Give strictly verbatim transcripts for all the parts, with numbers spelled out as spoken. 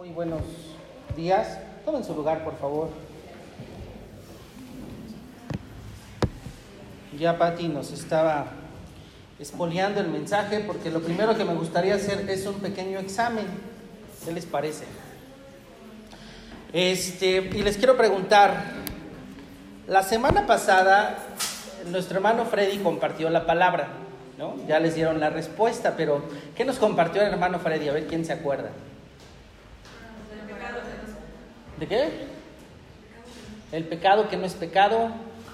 Muy buenos días. Tomen su lugar, por favor. Ya Pati nos estaba espoleando el mensaje porque lo primero que me gustaría hacer es un pequeño examen. ¿Qué les parece? Este, y les quiero preguntar, la semana pasada nuestro hermano Freddy compartió la palabra, ¿no? Ya les dieron la respuesta, pero ¿qué nos compartió el hermano Freddy? A ver quién se acuerda. ¿De qué? El pecado que no es pecado.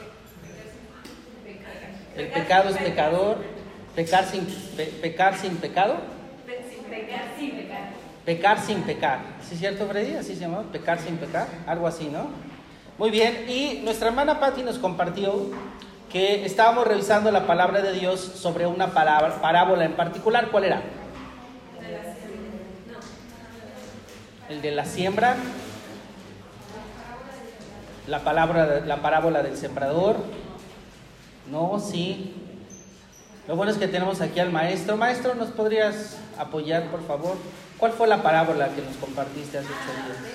El pecado es pecador. Pecar sin, pe, pecar sin pecado. Pecar sin pecar. Pecar sin pecar. ¿Sí es cierto, Freddy? Así se llama, pecar sin pecar. Algo así, ¿no? Muy bien. Y nuestra hermana Patti nos compartió que estábamos revisando la palabra de Dios sobre una palabra, parábola en particular. ¿Cuál era? El de la siembra. La palabra, la parábola del sembrador. No, sí. Lo bueno es que tenemos aquí al maestro. Maestro, ¿nos podrías apoyar, por favor? ¿Cuál fue la parábola que nos compartiste hace ocho días?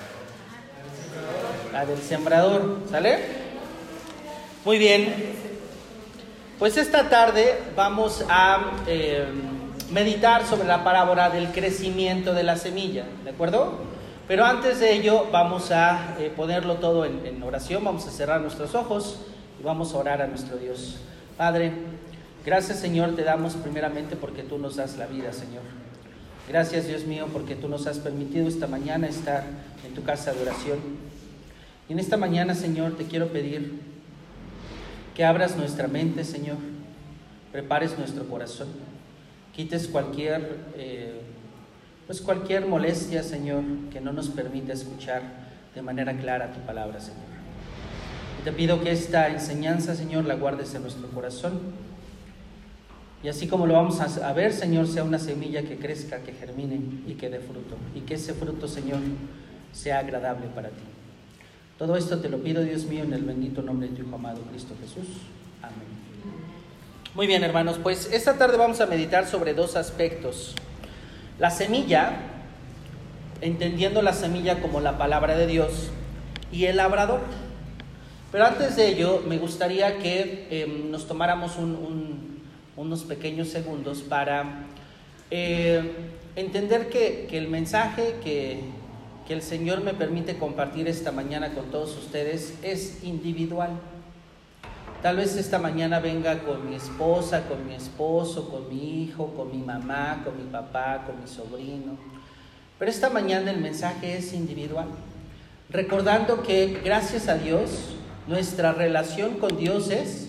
La del sembrador, ¿sale? Muy bien. Pues esta tarde vamos a eh, meditar sobre la parábola del crecimiento de la semilla, ¿de acuerdo? Pero antes de ello vamos a eh, ponerlo todo en, en oración. Vamos a cerrar nuestros ojos y vamos a orar a nuestro Dios. Padre, gracias, Señor, te damos primeramente porque tú nos das la vida, Señor. Gracias, Dios mío, porque tú nos has permitido esta mañana estar en tu casa de oración. Y en esta mañana, Señor, te quiero pedir que abras nuestra mente, Señor, prepares nuestro corazón, quites cualquier, eh, pues cualquier molestia, Señor, que no nos permita escuchar de manera clara tu palabra, Señor. Y te pido que esta enseñanza, Señor, la guardes en nuestro corazón. Y así como lo vamos a ver, Señor, sea una semilla que crezca, que germine y que dé fruto. Y que ese fruto, Señor, sea agradable para ti. Todo esto te lo pido, Dios mío, en el bendito nombre de tu Hijo amado, Cristo Jesús. Amén. Muy bien, hermanos, pues esta tarde vamos a meditar sobre dos aspectos. La semilla, entendiendo la semilla como la palabra de Dios, y el labrador. Pero antes de ello, me gustaría que eh, nos tomáramos un... un unos pequeños segundos para eh, entender que, que el mensaje que, que el Señor me permite compartir esta mañana con todos ustedes es individual. Tal vez esta mañana venga con mi esposa, con mi esposo, con mi hijo, con mi mamá, con mi papá, con mi sobrino. Pero esta mañana el mensaje es individual, recordando que gracias a Dios, nuestra relación con Dios es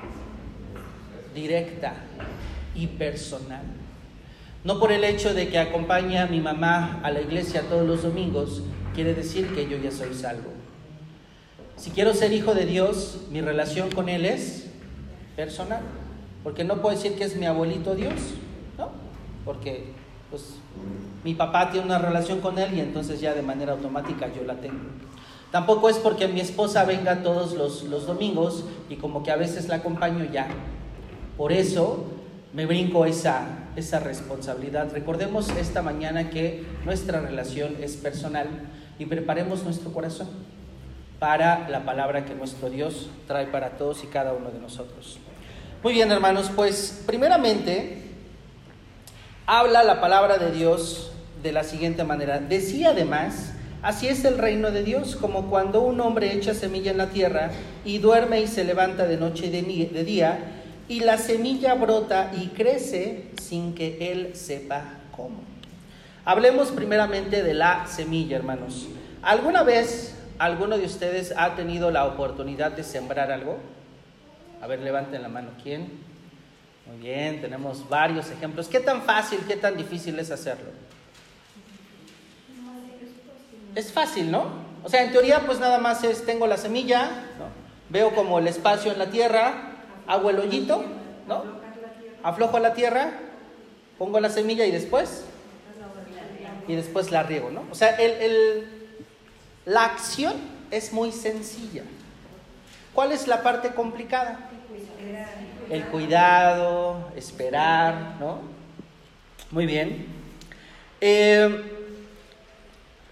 directa y personal. No por el hecho de que acompañe a mi mamá a la iglesia todos los domingos, quiere decir que yo ya soy salvo. Si quiero ser hijo de Dios, mi relación con Él es personal. Porque no puedo decir que es mi abuelito Dios, ¿no? Porque pues mi papá tiene una relación con Él y entonces ya de manera automática yo la tengo. Tampoco es porque mi esposa venga todos los, los domingos y como que a veces la acompaño ya. Por eso me brinco esa, esa responsabilidad. Recordemos esta mañana que nuestra relación es personal y preparemos nuestro corazón para la palabra que nuestro Dios trae para todos y cada uno de nosotros. Muy bien, hermanos, pues primeramente habla la palabra de Dios de la siguiente manera. Decía además, así es el reino de Dios, como cuando un hombre echa semilla en la tierra y duerme y se levanta de noche y de, de día, y la semilla brota y crece sin que él sepa cómo. Hablemos primeramente de la semilla, hermanos. ¿Alguna vez alguno de ustedes ha tenido la oportunidad de sembrar algo? A ver, levanten la mano. ¿Quién? Muy bien, tenemos varios ejemplos. ¿Qué tan fácil, qué tan difícil es hacerlo? Es fácil, ¿no? O sea, en teoría, pues nada más es, tengo la semilla, ¿no? Veo como el espacio en la tierra, hago el hoyito, ¿no? Aflojo la tierra, pongo la semilla y después, y después la riego, ¿no? O sea, el, el, la acción es muy sencilla. ¿Cuál es la parte complicada? El cuidado, esperar, ¿no? Muy bien. Eh,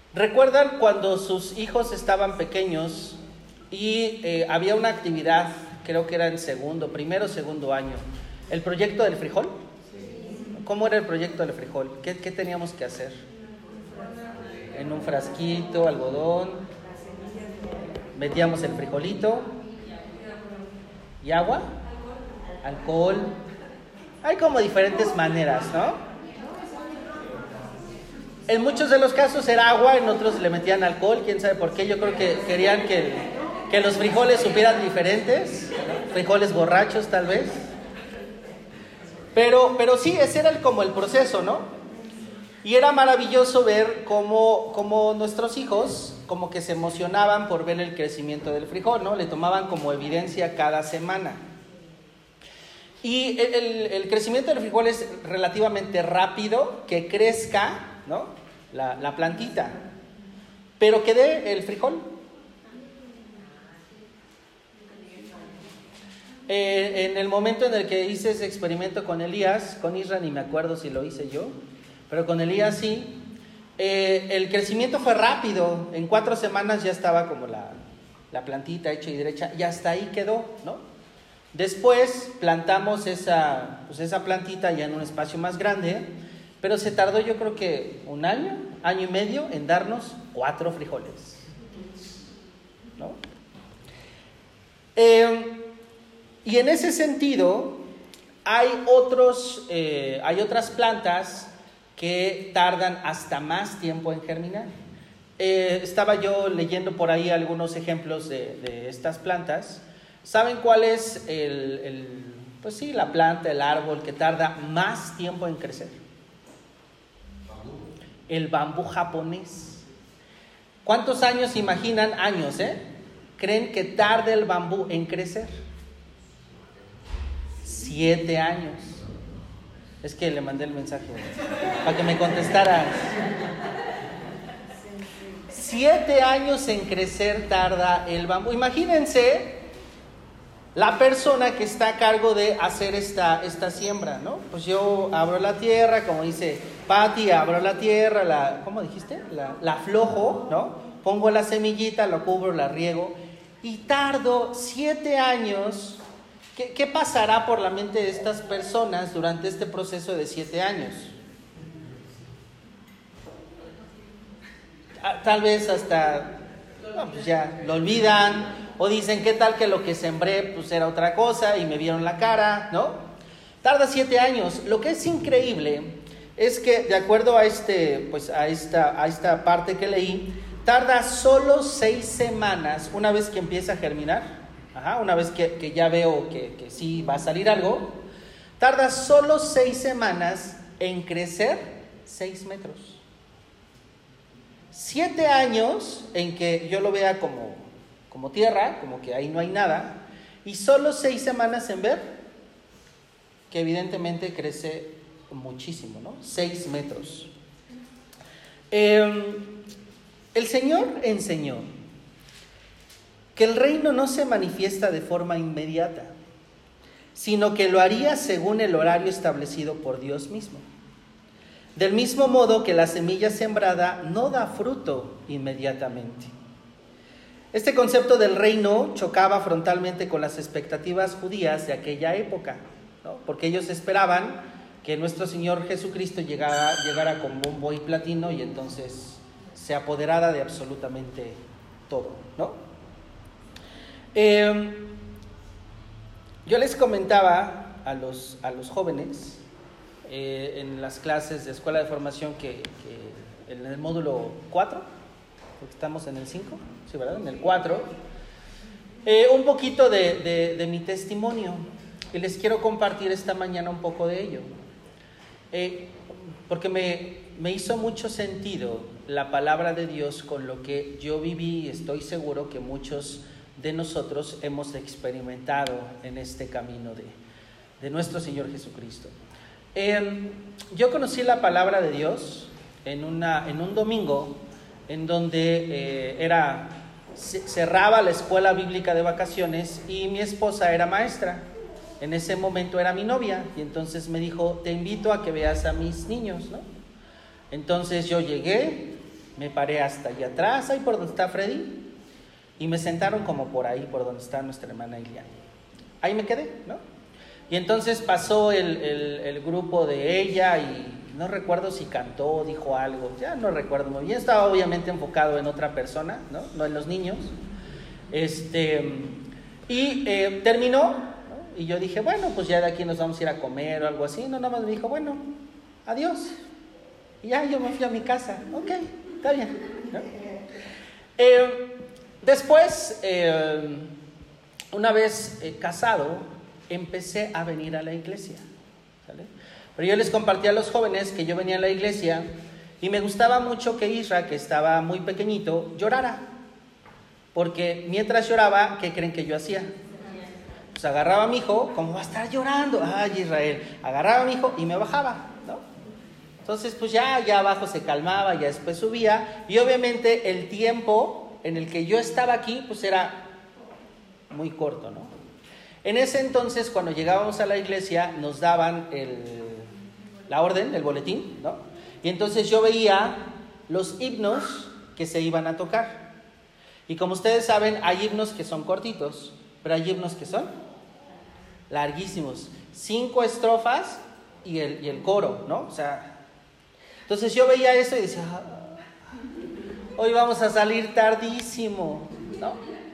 ¿Recuerdan cuando sus hijos estaban pequeños y eh, había una actividad, creo que era en segundo, primero o segundo año, el proyecto del frijol? ¿Cómo era el proyecto del frijol? ¿Qué, qué teníamos que hacer? En un frasquito, algodón, metíamos el frijolito y agua, alcohol. Hay como diferentes maneras, ¿no? En muchos de los casos era agua, en otros le metían alcohol, quién sabe por qué. Yo creo que querían que, que los frijoles supieran diferentes, ¿no? Frijoles borrachos tal vez. Pero, pero sí, ese era el, como el proceso, ¿no? Y era maravilloso ver cómo, cómo nuestros hijos como que se emocionaban por ver el crecimiento del frijol, ¿no? Le tomaban como evidencia cada semana. Y el, el, el crecimiento del frijol es relativamente rápido, que crezca, ¿no? La, la plantita, pero que dé el frijol. Eh, en el momento en el que hice ese experimento con Elías, con Isra ni me acuerdo si lo hice yo, pero con Elías sí, eh, el crecimiento fue rápido. En cuatro semanas ya estaba como la, la plantita hecha y derecha, y hasta ahí quedó, ¿no? Después plantamos esa, pues esa plantita ya en un espacio más grande, pero se tardó yo creo que un año, año y medio en darnos cuatro frijoles, ¿no? Eh, y en ese sentido hay, otros, eh, hay otras plantas que tardan hasta más tiempo en germinar. Eh, estaba yo leyendo por ahí algunos ejemplos de, de estas plantas. ¿Saben cuál es el, el, pues sí, la planta, el árbol que tarda más tiempo en crecer? El bambú japonés. ¿Cuántos años imaginan? Años, ¿eh? ¿Creen que tarda el bambú en crecer? Siete años. Es que le mandé el mensaje para que me contestara. Siete años en crecer tarda el bambú. Imagínense la persona que está a cargo de hacer esta, esta siembra, ¿no? Pues yo abro la tierra, como dice Pati, abro la tierra, la, ¿cómo dijiste? La, la aflojo, ¿no? Pongo la semillita, lo cubro, la riego, y tardo siete años. ¿Qué, qué pasará por la mente de estas personas durante este proceso de siete años? Tal vez hasta, no, pues ya lo olvidan. O dicen, ¿qué tal que lo que sembré pues era otra cosa y me vieron la cara, ¿no? Tarda siete años. Lo que es increíble es que, de acuerdo a, este, pues a, esta, a esta parte que leí, tarda solo seis semanas una vez que empieza a germinar. Ajá, una vez que, que ya veo que, que sí va a salir algo. Tarda solo seis semanas en crecer seis metros. Siete años en que yo lo vea como... como tierra, como que ahí no hay nada, y solo seis semanas en ver que evidentemente crece muchísimo, ¿no? Seis metros. Eh, el Señor enseñó que el reino no se manifiesta de forma inmediata, sino que lo haría según el horario establecido por Dios mismo. Del mismo modo que la semilla sembrada no da fruto inmediatamente. Este concepto del reino chocaba frontalmente con las expectativas judías de aquella época, ¿no? Porque ellos esperaban que nuestro Señor Jesucristo llegara, llegara con bombo y platino y entonces se apoderara de absolutamente todo, ¿no? Eh, yo les comentaba a los, a los jóvenes eh, en las clases de escuela de formación que, que en el módulo cuatro, porque estamos en el cinco, sí, ¿verdad? En el cuatro, eh, un poquito de, de, de mi testimonio, y les quiero compartir esta mañana un poco de ello, eh, porque me, me hizo mucho sentido la palabra de Dios con lo que yo viví, y estoy seguro que muchos de nosotros hemos experimentado en este camino de, de nuestro Señor Jesucristo. Eh, yo conocí la palabra de Dios en, una, en un domingo en donde eh, era, cerraba la escuela bíblica de vacaciones y mi esposa era maestra. En ese momento era mi novia y entonces me dijo, te invito a que veas a mis niños, ¿no? Entonces yo llegué, Me paré hasta allá atrás, ahí por donde está Freddy, y me sentaron como por ahí, por donde está nuestra hermana Iliana. Ahí me quedé, ¿no? Y entonces pasó el, el, el grupo de ella y no recuerdo si cantó o dijo algo, ya no recuerdo muy bien, estaba obviamente enfocado en otra persona, ¿no? No en los niños. Este, y eh, terminó, ¿no? Y yo dije, bueno, pues ya de aquí nos vamos a ir a comer o algo así. No, nada más me dijo, bueno, adiós. Y ya yo me fui a mi casa. Ok, está bien, ¿no? Eh, después, eh, una vez eh, casado, empecé a venir a la iglesia, ¿sale? Pero yo les compartí a los jóvenes que yo venía a la iglesia y me gustaba mucho que Isra, que estaba muy pequeñito, llorara. Porque mientras lloraba, ¿qué creen que yo hacía? Pues agarraba a mi hijo, ¿cómo va a estar llorando? Ay, Israel. Agarraba a mi hijo y me bajaba, ¿no? Entonces, pues ya, ya abajo se calmaba, ya después subía. Y obviamente el tiempo en el que yo estaba aquí, pues era muy corto, ¿no? En ese entonces, cuando llegábamos a la iglesia, nos daban el, la orden, el boletín, ¿no? Y entonces yo veía los himnos que se iban a tocar. Y como ustedes saben, hay himnos que son cortitos, pero hay himnos que son larguísimos. Cinco estrofas y el, y el coro, ¿no? O sea, entonces yo veía eso y decía, ah, hoy vamos a salir tardísimo, ¿no?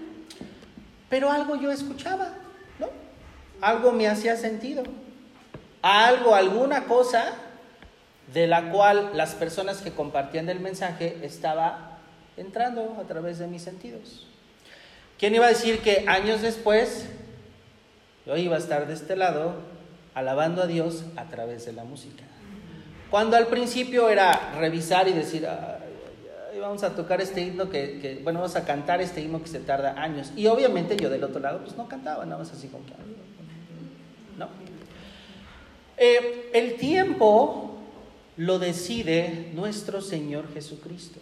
Pero algo yo escuchaba, ¿no? Algo me hacía sentido. Algo, alguna cosa de la cual las personas que compartían el mensaje estaba entrando a través de mis sentidos. ¿Quién iba a decir que años después yo iba a estar de este lado alabando a Dios a través de la música? Cuando al principio era revisar y decir, ay, ay, ay, vamos a tocar este himno que, que, bueno, vamos a cantar este himno que se tarda años. Y obviamente yo del otro lado pues no cantaba, nada más así como que, no. Eh, el tiempo lo decide nuestro Señor Jesucristo.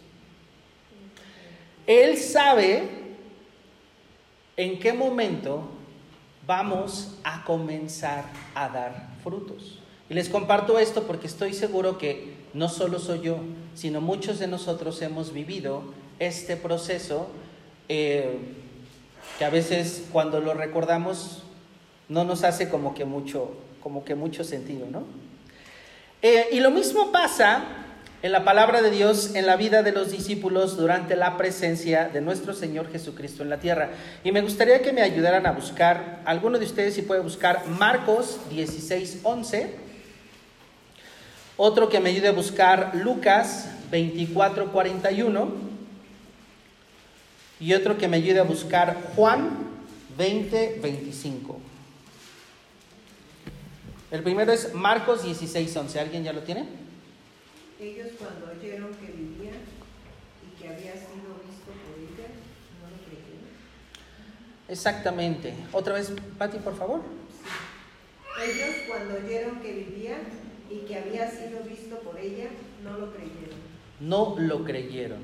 Él sabe en qué momento vamos a comenzar a dar frutos. Y les comparto esto porque estoy seguro que no solo soy yo, sino muchos de nosotros hemos vivido este proceso eh, que a veces cuando lo recordamos no nos hace como que mucho, como que mucho sentido, ¿no? Eh, y lo mismo pasa en la palabra de Dios, en la vida de los discípulos durante la presencia de nuestro Señor Jesucristo en la tierra. Y me gustaría que me ayudaran a buscar, alguno de ustedes si puede buscar Marcos dieciséis once, otro que me ayude a buscar Lucas veinticuatro cuarenta y uno y otro que me ayude a buscar Juan veinte veinticinco. El primero es Marcos dieciséis once, ¿alguien ya lo tiene? Ellos cuando oyeron que vivía y que había sido visto por ella, ¿no lo creyeron? Exactamente. Otra vez, Pati, por favor. Sí. Ellos cuando oyeron que vivía y que había sido visto por ella, no lo creyeron. No lo creyeron.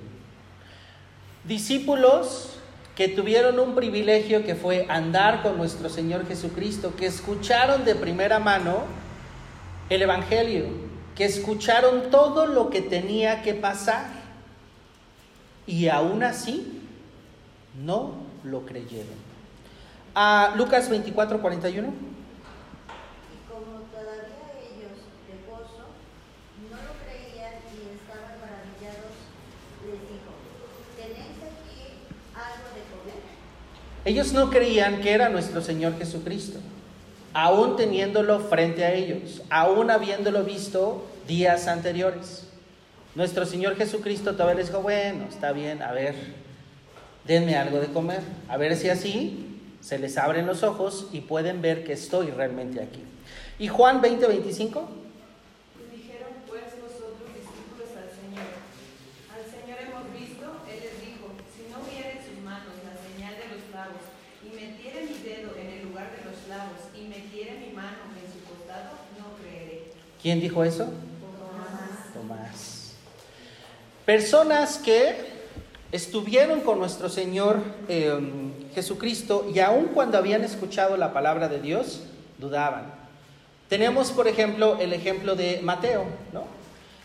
Discípulos que tuvieron un privilegio que fue andar con nuestro Señor Jesucristo, que escucharon de primera mano el Evangelio, que escucharon todo lo que tenía que pasar y aún así no lo creyeron. A Lucas veinticuatro cuarenta y uno. Y como todavía ellos de gozo no lo creían y estaban maravillados, les dijo, ¿tenéis aquí algo de comer? Ellos no creían que era nuestro Señor Jesucristo, aún teniéndolo frente a ellos, aún habiéndolo visto días anteriores. Nuestro Señor Jesucristo todavía les dijo, bueno, está bien, a ver, denme algo de comer, a ver si así se les abren los ojos y pueden ver que estoy realmente aquí. Y Juan veinte veinticinco. Y dijeron pues los otros discípulos al Señor, al Señor hemos visto. Él les dijo, si no viera en sus manos la señal de los clavos, y metiera mi dedo en el lugar de los clavos, y metiera mi mano en su costado, no creeré. ¿Quién dijo eso? Tomás. Tomás. Personas que estuvieron con nuestro Señor eh, Jesucristo y aun cuando habían escuchado la palabra de Dios, dudaban. Tenemos, por ejemplo, el ejemplo de Mateo, ¿no?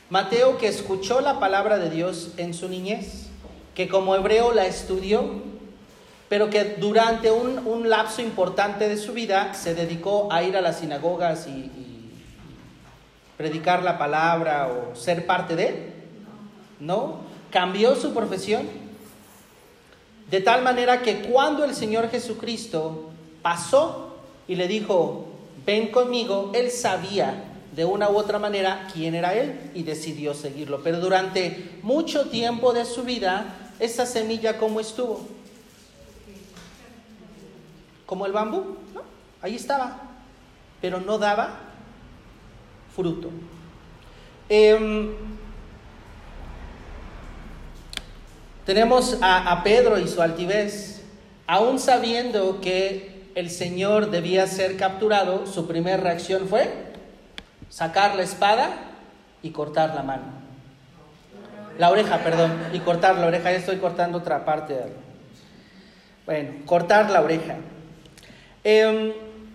Mateo, que escuchó la palabra de Dios en su niñez, que como hebreo la estudió, pero que durante un, un lapso importante de su vida se dedicó a ir a las sinagogas y, y predicar la palabra o ser parte de él. ¿No? Cambió su profesión de tal manera que cuando el Señor Jesucristo pasó y le dijo, ven conmigo, él sabía de una u otra manera quién era él y decidió seguirlo. Pero durante mucho tiempo de su vida, esa semilla, ¿cómo estuvo? Como el bambú, ¿no? Ahí estaba, pero no daba fruto. Eh, tenemos a, a Pedro y su altivez. Aún sabiendo que el Señor debía ser capturado, su primera reacción fue sacar la espada y cortar la mano. La oreja, perdón, y cortar la oreja. Ya estoy cortando otra parte. Bueno, cortar la oreja. Eh,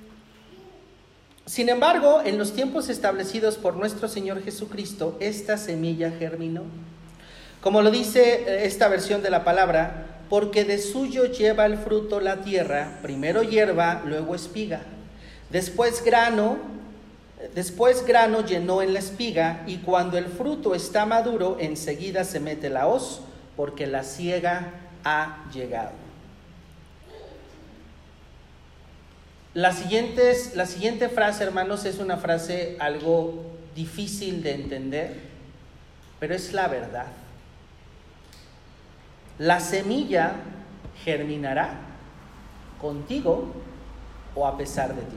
sin embargo, en los tiempos establecidos por nuestro Señor Jesucristo, esta semilla germinó. Como lo dice esta versión de la palabra, porque de suyo lleva el fruto la tierra, primero hierba, luego espiga, después grano, después grano llenó en la espiga, y cuando el fruto está maduro, enseguida se mete la hoz, porque la siega ha llegado. La siguiente, la siguiente frase, hermanos, es una frase algo difícil de entender, pero es la verdad. La semilla germinará contigo o a pesar de ti.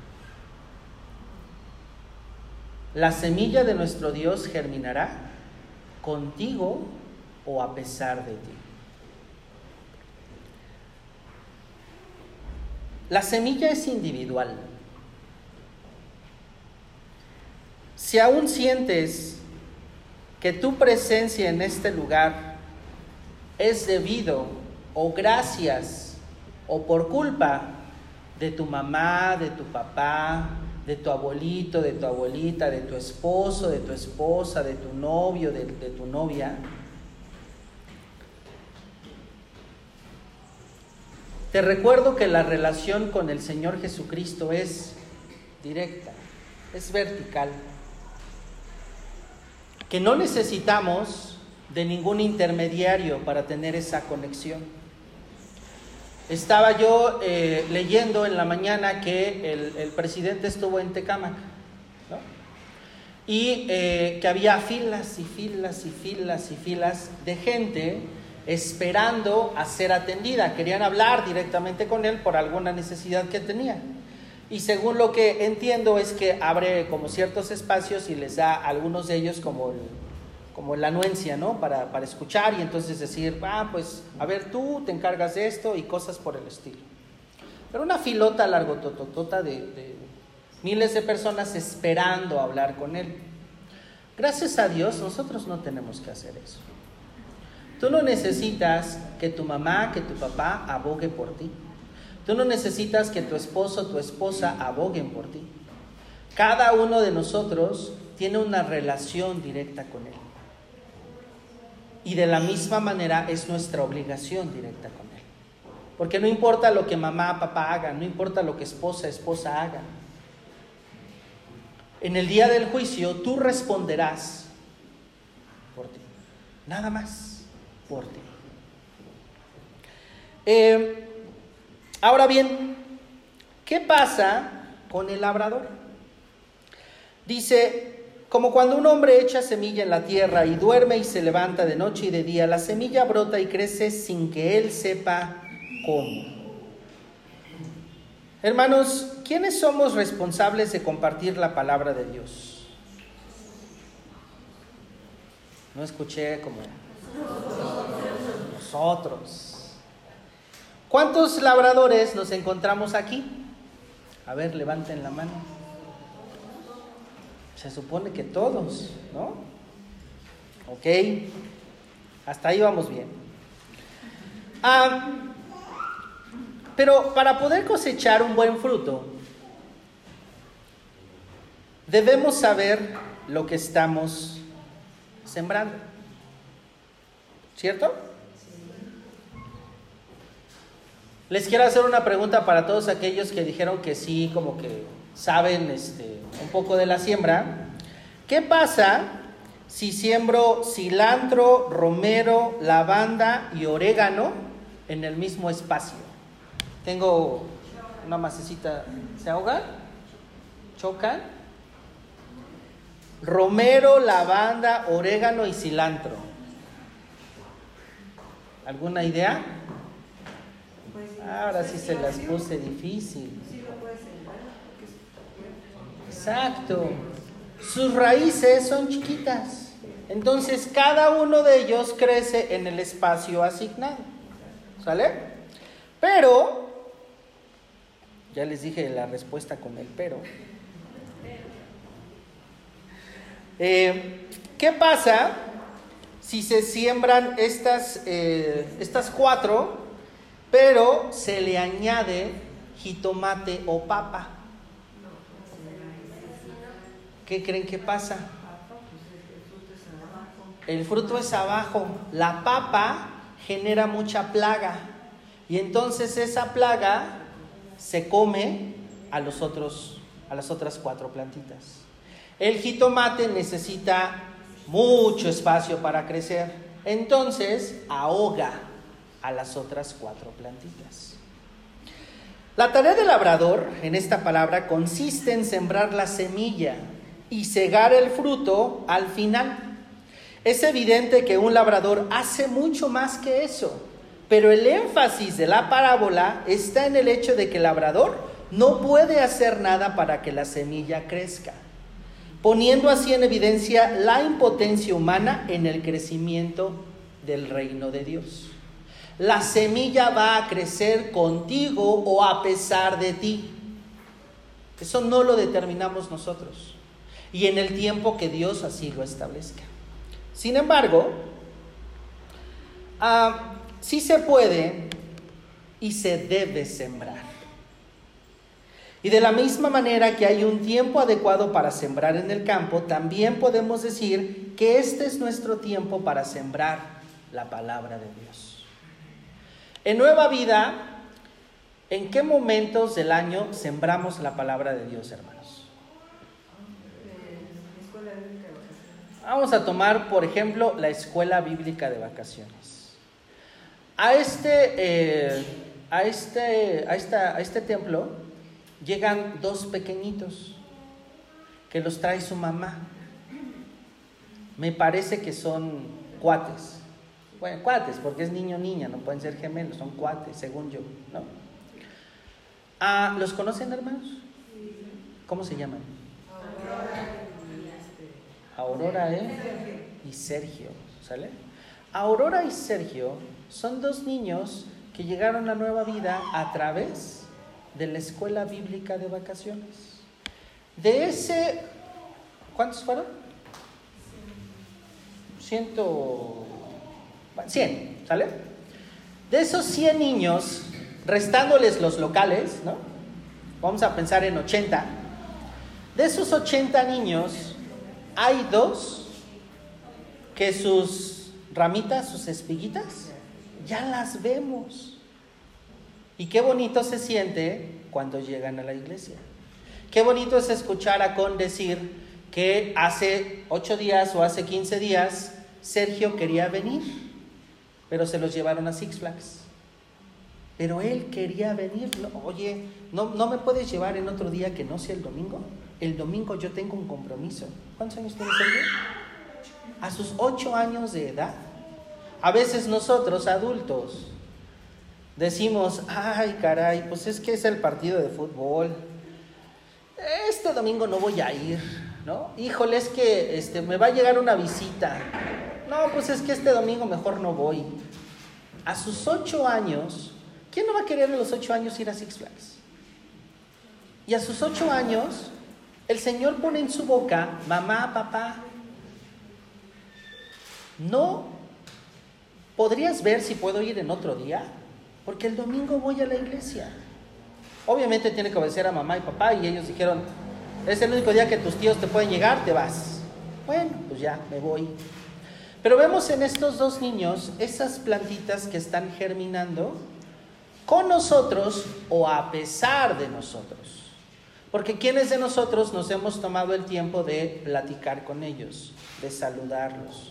La semilla de nuestro Dios germinará contigo o a pesar de ti. La semilla es individual. Si aún sientes que tu presencia en este lugar es debido o gracias o por culpa de tu mamá, de tu papá, de tu abuelito, de tu abuelita, de tu esposo, de tu esposa, de tu novio, de, de tu novia, te recuerdo que la relación con el Señor Jesucristo es directa, es vertical, que no necesitamos de ningún intermediario para tener esa conexión. Estaba yo eh, leyendo en la mañana que el, el presidente estuvo en Tecámac, ¿no? Y eh, que había filas y filas y filas y filas de gente esperando a ser atendida. Querían hablar directamente con él por alguna necesidad que tenía. Y según lo que entiendo es que abre como ciertos espacios y les da a algunos de ellos como el, como la anuencia, ¿no? Para, para escuchar y entonces decir, ah, pues, a ver, tú te encargas de esto y cosas por el estilo. Pero una filota largotototota de, de miles de personas esperando hablar con él. Gracias a Dios, nosotros no tenemos que hacer eso. Tú no necesitas que tu mamá, que tu papá abogue por ti. Tú no necesitas que tu esposo o tu esposa aboguen por ti. Cada uno de nosotros tiene una relación directa con él. Y de la misma manera es nuestra obligación directa con él. Porque no importa lo que mamá, papá hagan, no importa lo que esposa, esposa hagan. En el día del juicio tú responderás por ti. Nada más por ti. Eh, ahora bien, ¿qué pasa con el labrador? Dice, como cuando un hombre echa semilla en la tierra y duerme y se levanta de noche y de día, la semilla brota y crece sin que él sepa cómo. Hermanos, ¿quiénes somos responsables de compartir la palabra de Dios? No escuché como nosotros. ¿Cuántos labradores nos encontramos aquí? A ver, levanten la mano. Se supone que todos, ¿no? Ok, hasta ahí vamos bien. Ah, pero para poder cosechar un buen fruto, debemos saber lo que estamos sembrando. ¿Cierto? Les quiero hacer una pregunta para todos aquellos que dijeron que sí, como que saben este, un poco de la siembra. ¿Qué pasa si siembro cilantro, romero, lavanda y orégano en el mismo espacio? Tengo una macecita, ¿se ahogan? ¿Chocan? Romero, lavanda, orégano y cilantro. ¿Alguna idea? Ahora sí se las puse difícil. Exacto. Sus raíces son chiquitas. Entonces cada uno de ellos crece en el espacio asignado. ¿Sale? Pero, ya les dije la respuesta con el pero. Eh, ¿Qué pasa si se siembran estas, eh, estas cuatro, pero se le añade jitomate o papa? ¿Qué creen que pasa? El fruto es abajo. La papa genera mucha plaga. Y entonces esa plaga se come a, los otros, a las otras cuatro plantitas. El jitomate necesita mucho espacio para crecer. Entonces ahoga a las otras cuatro plantitas. La tarea del labrador en esta palabra consiste en sembrar la semilla y cegar el fruto al final. Es evidente que un labrador hace mucho más que eso, pero el énfasis de la parábola está en el hecho de que el labrador no puede hacer nada para que la semilla crezca, poniendo así en evidencia la impotencia humana en el crecimiento del reino de Dios. La semilla va a crecer contigo o a pesar de ti. Eso no lo determinamos nosotros, y en el tiempo que Dios así lo establezca. Sin embargo, uh, sí se puede y se debe sembrar. Y de la misma manera que hay un tiempo adecuado para sembrar en el campo, también podemos decir que este es nuestro tiempo para sembrar la palabra de Dios. En Nueva Vida, ¿en qué momentos del año sembramos la palabra de Dios, hermanos? Vamos a tomar, por ejemplo, la escuela bíblica de vacaciones. A este, eh, a este, a esta, a este templo llegan dos pequeñitos que los trae su mamá. Me parece que son cuates. Bueno, cuates, porque es niño o niña, no pueden ser gemelos, son cuates, según yo, ¿no? Ah, ¿los conocen, hermanos? ¿Cómo se llaman? Aurora ¿eh? y Sergio, ¿sale? Aurora y Sergio son dos niños que llegaron a Nueva Vida a través de la escuela bíblica de vacaciones. De ese, ¿cuántos fueron? Ciento, cien, ¿sale? De esos cien niños, restándoles los locales, ¿no? Vamos a pensar en ochenta. De esos ochenta niños, hay dos que sus ramitas, sus espiguitas, ya las vemos. Y qué bonito se siente cuando llegan a la iglesia. Qué bonito es escuchar a Con decir que hace ocho días o hace quince días Sergio quería venir, pero se los llevaron a Six Flags. Pero él quería venir. No, oye, ¿no, ¿no me puedes llevar en otro día que no sea el domingo? El domingo yo tengo un compromiso. ¿Cuántos años tiene Sergio? A sus ocho años de edad. A veces nosotros, adultos, decimos, ay, caray, pues es que es el partido de fútbol. Este domingo no voy a ir, ¿no? Híjole, es que este, me va a llegar una visita. No, pues es que este domingo mejor no voy. A sus ocho años, ¿quién no va a querer a los ocho años ir a Six Flags? Y a sus ocho años, el Señor pone en su boca, mamá, papá, ¿no podrías ver si puedo ir en otro día? Porque el domingo voy a la iglesia. Obviamente tiene que obedecer a mamá y papá, y ellos dijeron, es el único día que tus tíos te pueden llegar, te vas. Bueno, pues ya, me voy. Pero vemos en estos dos niños esas plantitas que están germinando con nosotros o a pesar de nosotros. Porque ¿quiénes de nosotros nos hemos tomado el tiempo de platicar con ellos, de saludarlos?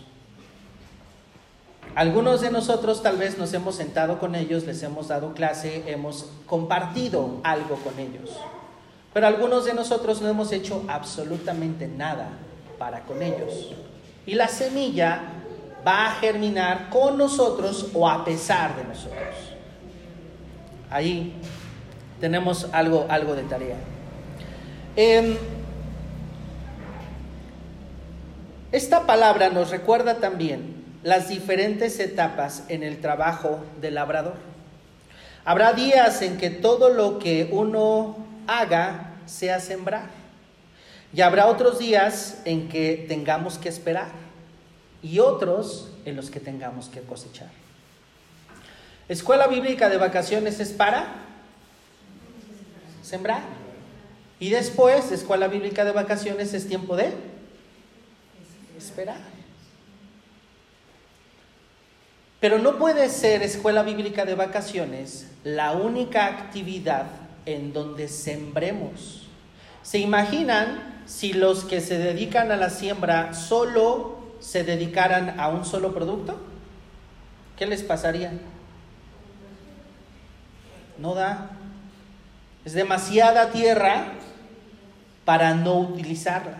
Algunos de nosotros tal vez nos hemos sentado con ellos, les hemos dado clase, hemos compartido algo con ellos. Pero algunos de nosotros no hemos hecho absolutamente nada para con ellos. Y la semilla va a germinar con nosotros o a pesar de nosotros. Ahí tenemos algo, algo de tarea. Eh, esta palabra nos recuerda también las diferentes etapas en el trabajo del labrador. Habrá días en que todo lo que uno haga sea sembrar. Y habrá otros días en que tengamos que esperar. Y otros en los que tengamos que cosechar. Escuela bíblica de vacaciones es para sembrar. Y después, escuela bíblica de vacaciones es tiempo de esperar. Pero no puede ser escuela bíblica de vacaciones la única actividad en donde sembremos. ¿Se imaginan si los que se dedican a la siembra solo se dedicaran a un solo producto? ¿Qué les pasaría? No da. Es demasiada tierra para no utilizarla.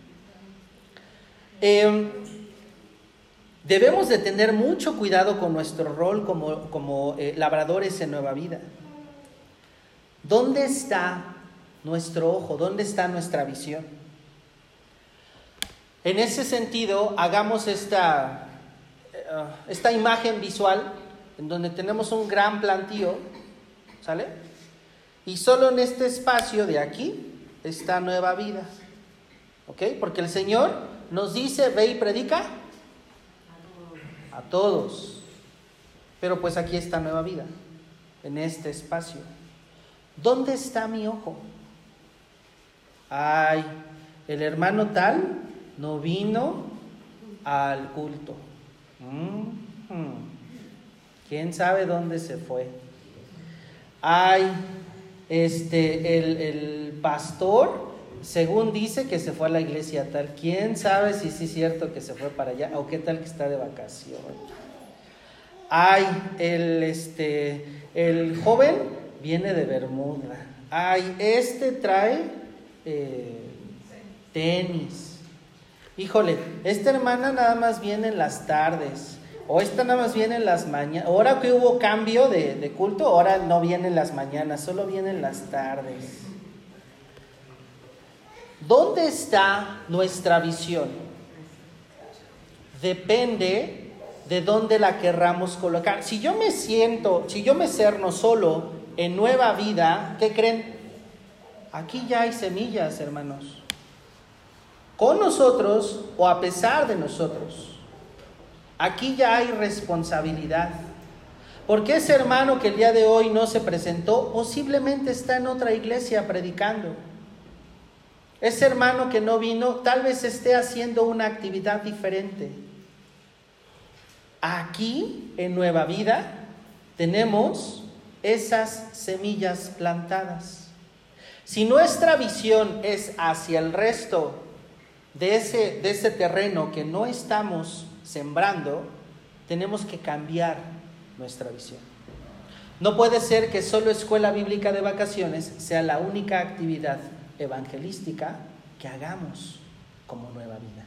Eh, debemos de tener mucho cuidado con nuestro rol como, como eh, labradores en Nueva Vida. ¿Dónde está nuestro ojo? ¿Dónde está nuestra visión? En ese sentido, hagamos esta, uh, esta imagen visual en donde tenemos un gran plantío, ¿sale? Y solo en este espacio de aquí está Nueva Vida, ¿ok? Porque el Señor nos dice, ve y predica a todos. Pero pues aquí está Nueva Vida, en este espacio. ¿Dónde está mi ojo? Ay, el hermano tal no vino al culto. Mm-hmm. ¿Quién sabe dónde se fue? Ay, este, el, el pastor, según dice que se fue a la iglesia tal. ¿Quién sabe si sí es cierto que se fue para allá o qué tal que está de vacación? Ay, el, este, el joven viene de Bermuda. Ay, este trae eh, tenis. Híjole, esta hermana nada más viene en las tardes, o esta nada más viene en las mañanas. Ahora que hubo cambio de, de culto, ahora no viene en las mañanas, solo viene en las tardes. ¿Dónde está nuestra visión? Depende de dónde la querramos colocar. Si yo me siento, si yo me cerno solo en Nueva Vida, ¿qué creen? Aquí ya hay semillas, hermanos. Con nosotros o a pesar de nosotros. Aquí ya hay responsabilidad. Porque ese hermano que el día de hoy no se presentó, posiblemente está en otra iglesia predicando. Ese hermano que no vino, tal vez esté haciendo una actividad diferente. Aquí, en Nueva Vida, tenemos esas semillas plantadas. Si nuestra visión es hacia el resto de ese, de ese terreno que no estamos sembrando, tenemos que cambiar nuestra visión. No puede ser que solo escuela bíblica de vacaciones sea la única actividad evangelística que hagamos como Nueva Vida.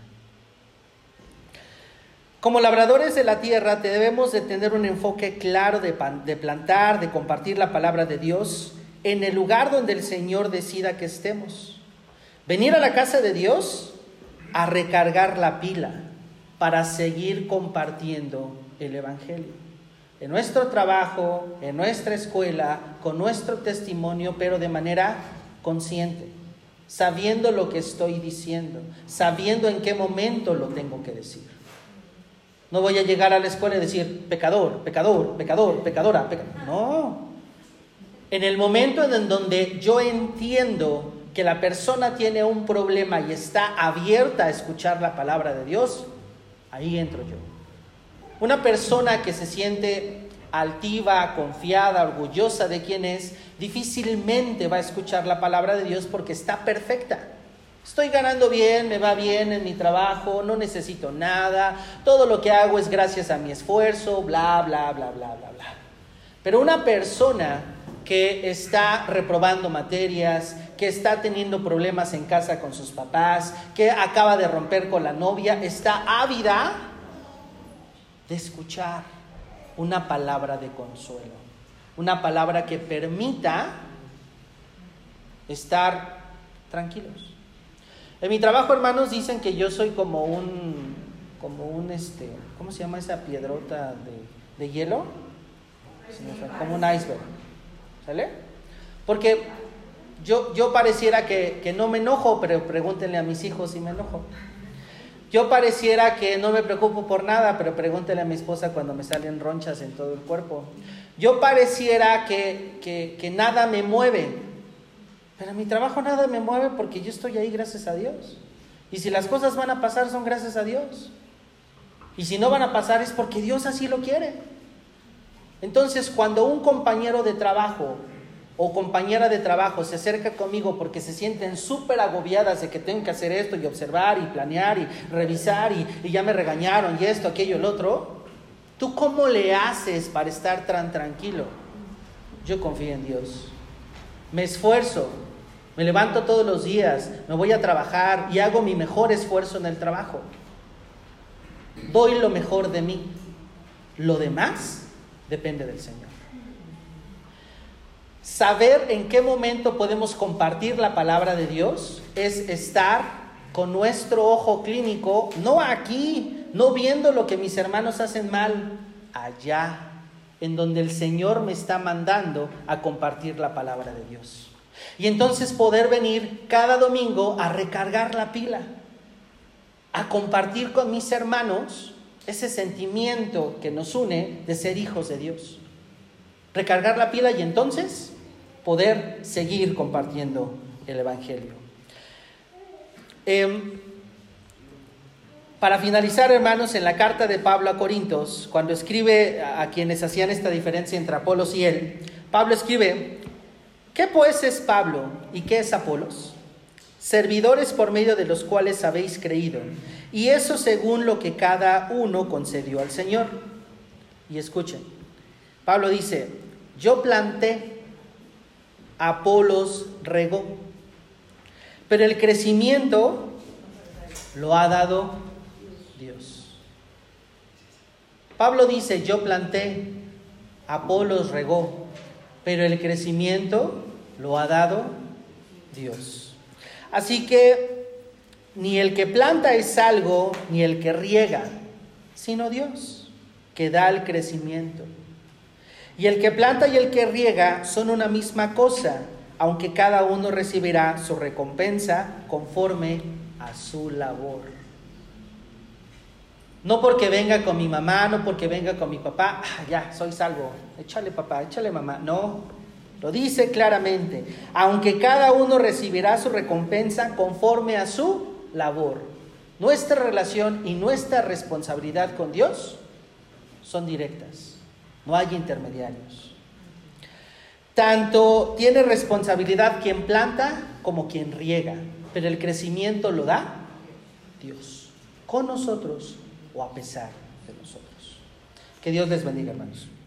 Como labradores de la tierra, debemos de tener un enfoque claro de, pan, de plantar, de compartir la palabra de Dios en el lugar donde el Señor decida que estemos. Venir a la casa de Dios a recargar la pila para seguir compartiendo el Evangelio. En nuestro trabajo, en nuestra escuela, con nuestro testimonio, pero de manera consciente, sabiendo lo que estoy diciendo, sabiendo en qué momento lo tengo que decir. No voy a llegar a la escuela y decir, pecador, pecador, pecador, pecadora, pecador. No. En el momento en donde yo entiendo que la persona tiene un problema y está abierta a escuchar la palabra de Dios, ahí entro yo. Una persona que se siente altiva, confiada, orgullosa de quién es, difícilmente va a escuchar la palabra de Dios porque está perfecta. Estoy ganando bien, me va bien en mi trabajo, no necesito nada, todo lo que hago es gracias a mi esfuerzo, bla, bla, bla, bla, bla, bla. Pero una persona que está reprobando materias, que está teniendo problemas en casa con sus papás, que acaba de romper con la novia, está ávida de escuchar una palabra de consuelo, una palabra que permita estar tranquilos. En mi trabajo, hermanos, dicen que yo soy como un, como un, este, ¿cómo se llama esa piedrota de, de hielo? Como un iceberg, ¿sale? Porque yo, yo pareciera que, que no me enojo, pero pregúntenle a mis hijos si me enojo. Yo pareciera que no me preocupo por nada, pero pregúntenle a mi esposa cuando me salen ronchas en todo el cuerpo. Yo pareciera que, que, que nada me mueve, pero en mi trabajo nada me mueve porque yo estoy ahí gracias a Dios. Y si las cosas van a pasar son gracias a Dios. Y si no van a pasar es porque Dios así lo quiere. Entonces, cuando un compañero de trabajo o compañera de trabajo se acerca conmigo porque se sienten súper agobiadas de que tengo que hacer esto y observar y planear y revisar y, y ya me regañaron y esto, aquello, el otro, ¿tú cómo le haces para estar tan tranquilo? Yo confío en Dios, me esfuerzo, me levanto todos los días, me voy a trabajar y hago mi mejor esfuerzo en el trabajo. Doy lo mejor de mí. Lo demás depende del Señor. Saber en qué momento podemos compartir la palabra de Dios es estar con nuestro ojo clínico, no aquí, no viendo lo que mis hermanos hacen mal, allá, en donde el Señor me está mandando a compartir la palabra de Dios. Y entonces poder venir cada domingo a recargar la pila, a compartir con mis hermanos ese sentimiento que nos une de ser hijos de Dios. Recargar la pila y entonces poder seguir compartiendo el Evangelio. Eh, para finalizar, hermanos, en la carta de Pablo a Corintios, cuando escribe a quienes hacían esta diferencia entre Apolos y él, Pablo escribe: ¿qué pues es Pablo y qué es Apolos? Servidores por medio de los cuales habéis creído, y eso según lo que cada uno concedió al Señor. Y escuchen, Pablo dice: yo planté, Apolos regó, pero el crecimiento lo ha dado Dios. Pablo dice: yo planté, Apolos regó, pero el crecimiento lo ha dado Dios. Así que ni el que planta es algo, ni el que riega, sino Dios, que da el crecimiento. Y el que planta y el que riega son una misma cosa, aunque cada uno recibirá su recompensa conforme a su labor. No porque venga con mi mamá, no porque venga con mi papá, ah, ya, soy salvo, échale papá, échale mamá. No, lo dice claramente, aunque cada uno recibirá su recompensa conforme a su labor. Nuestra relación y nuestra responsabilidad con Dios son directas. No hay intermediarios. Tanto tiene responsabilidad quien planta como quien riega, pero el crecimiento lo da Dios, con nosotros o a pesar de nosotros. Que Dios les bendiga, hermanos.